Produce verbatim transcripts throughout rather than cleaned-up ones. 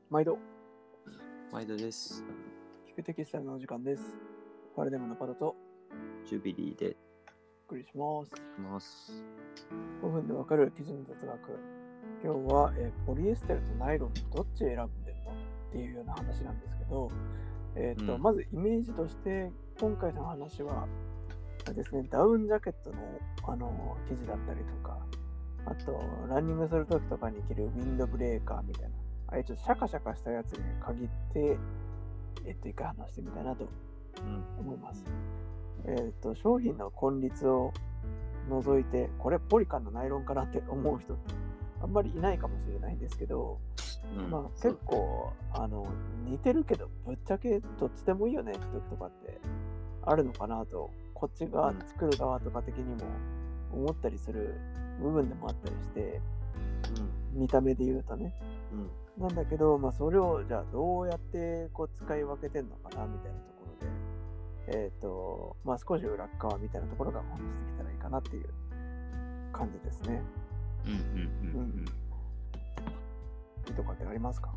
毎度毎度です。 聞くテキスタイルのお時間です。ファルデムのパドとジュビリーでお送りします。 ますごふんでわかる記事の雑学。今日は、えー、ポリエステルとナイロンどっち選んでんのっていうような話なんですけど、えーとうん、まずイメージとして今回の話はですね、ダウンジャケットの、あのー、生地だったりとか、あとランニングするときとかに着るウィンドブレーカーみたいな、ああいうちょっとシャカシャカしたやつに限ってえっと一回話してみたいなと思います。うん、えっと商品の根率を除いてこれポリカンのナイロンかなって思う人ってあんまりいないかもしれないんですけど、うん、まあ結構あの似てるけどぶっちゃけどっちでもいいよねって時とかってあるのかなと、こっちが作る側とか的にも思ったりする部分でもあったりして、うん、見た目で言うとね、うん、なんだけど、まあ、それをじゃあどうやってこう使い分けてんのかなみたいなところで、えっとまあ少し裏側みたいなところがお話してきたらいいかなっていう感じですね。うんうんうんうん。いいとかってありますか？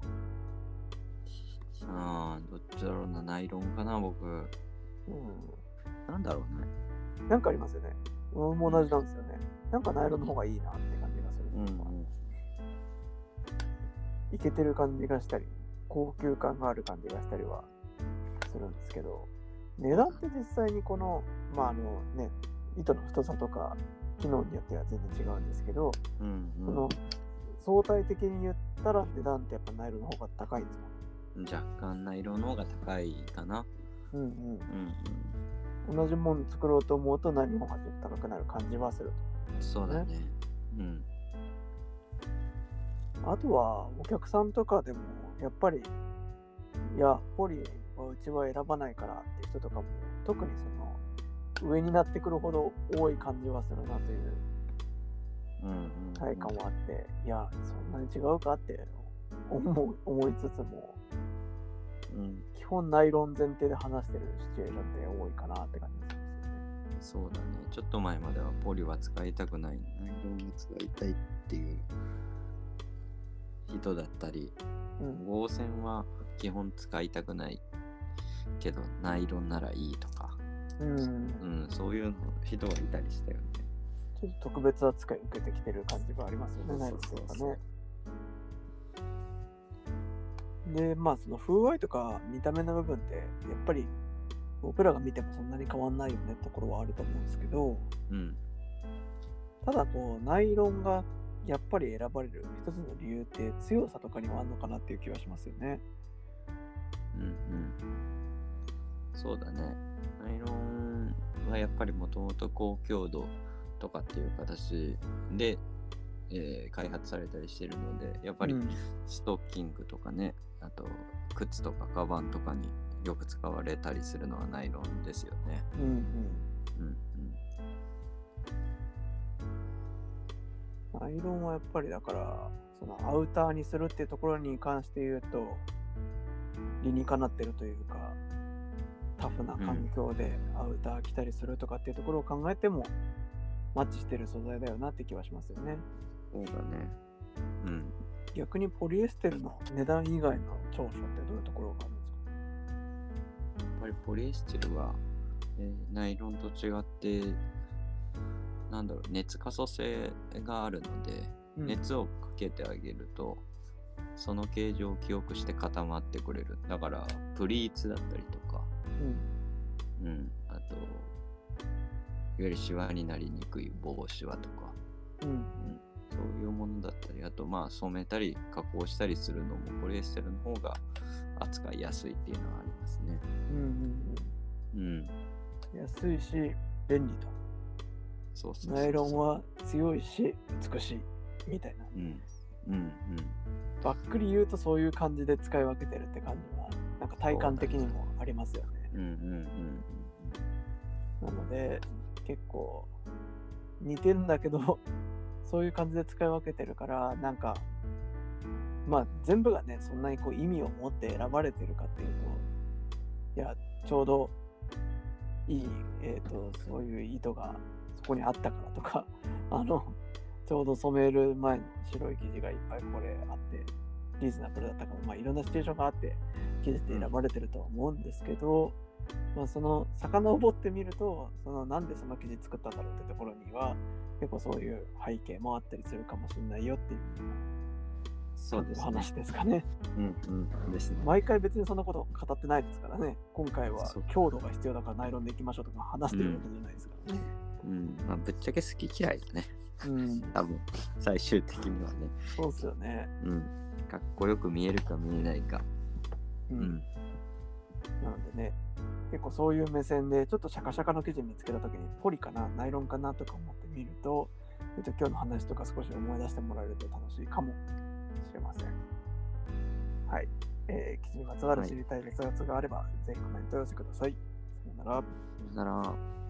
ああ、どっちだろうな、ナイロンかな僕。うん。なんだろうね。 なんかありますよね。俺も同じなんですよね。なんかナイロンの方がいいなって感じがする。うんうん。イケてる感じがしたり、高級感がある感じがしたりはするんですけど、値段って実際にこの、まああのね、糸の太さとか機能によっては全然違うんですけど、うんうん、その相対的に言ったら値段ってやっぱナイロンの方が高いんですか？ 若干ナイロンの方が高いかな。うんうんうんうん、同じもの作ろうと思うとナイロンの方がちょっと高くなる感じはすると、ね、 そうだね。うん。 あとはお客さんとかでもやっぱりいやポリはうちは選ばないからって人とかも特にその上になってくるほど多い感じはするなという体感はあって、うんうんうん、いやそんなに違うかって思う思いつつも、うん、基本ナイロン前提で話してるシチュエーションって多いかなって感じですよね。 そうだね。ちょっと前まではポリは使いたくない、ナイロンを使いたいっていう人だったり、うん、合線は基本使いたくないけどナイロンならいいとか、うんうん、そういうの人はいたりしたよね。 ちょっと特別扱い受けてきてる感じがありますよね、ナイロンとかね。で、まあその風合いとか見た目の部分ってやっぱり僕らが見てもそんなに変わんないよねってところはあると思うんですけど、うん、ただこうナイロンがやっぱり選ばれる一つの理由って強さとかにもあるのかなっていう気はしますよね。 うんうん。そうだね。ナイロンはやっぱりもともと高強度とかっていう形で、えー、開発されたりしてるので、やっぱりストッキングとかね、うん、あと靴とかカバンとかによく使われたりするのはナイロンですよね。うんうんうんうん。ナイロンはやっぱりだからそのアウターにするっていうところに関して言うと理にかなってるというか、タフな環境でアウター着たりするとかっていうところを考えてもマッチしてる素材だよなって気はしますよね。 そうだね。 うん。逆にポリエステルの値段以外の長所ってどういうところがあるんですか？ やっぱりポリエステルは、えー、ナイロンと違ってなんだろう熱可塑性があるので、うん、熱をかけてあげるとその形状を記憶して固まってくれる。だからプリーツだったりとか、うん、うん、あといわゆるシワになりにくい棒シワとか、うんうん、そういうものだったり、あとまあ染めたり加工したりするのもポリエステルの方が扱いやすいっていうのはありますね。うんうんうん。うん、安いし便利と。そうそうそうそう。ナイロンは強いし美しいみたいな。うんうんうん。ばっくり言うとそういう感じで使い分けてるって感じはなんか体感的にもありますよね。うんうんうん。なので結構似てるんだけどそういう感じで使い分けてるからなんかまあ全部がねそんなにこう意味を持って選ばれてるかっていうといやちょうどいい、えーと、そういう意図がそこにあったからとかあのちょうど染める前の白い生地がいっぱいこれあってリーズナブルだったかも、まあ、いろんなシチュエーションがあって記事って選ばれてるとは思うんですけど、まあ、その遡ってみると、そのなんでその記事作ったんだろうってところには結構そういう背景もあったりするかもしれないよっていうそうですね。 話ですかね。 うんうんですね。 毎回別にそんなこと語ってないですからね。今回は強度が必要だからナイロンでいきましょうとか話してるわけじゃないですからね。 うん、うん、まあぶっちゃけ好き嫌いだね。 うん、 多分最終的にはね。 そうですよね。 うん。かっこよく見えるか見えないか。 うん。うん、なのでね、結構そういう目線でちょっとシャカシャカの記事見つけたときにポリかな、ナイロンかなとか思ってみると、えっと、今日の話とか少し思い出してもらえると楽しいかもしれません。はい。えー、記事にまつわる知りたい別冊があれば、はい、ぜひコメントを寄せください。さよなら。 さよなら。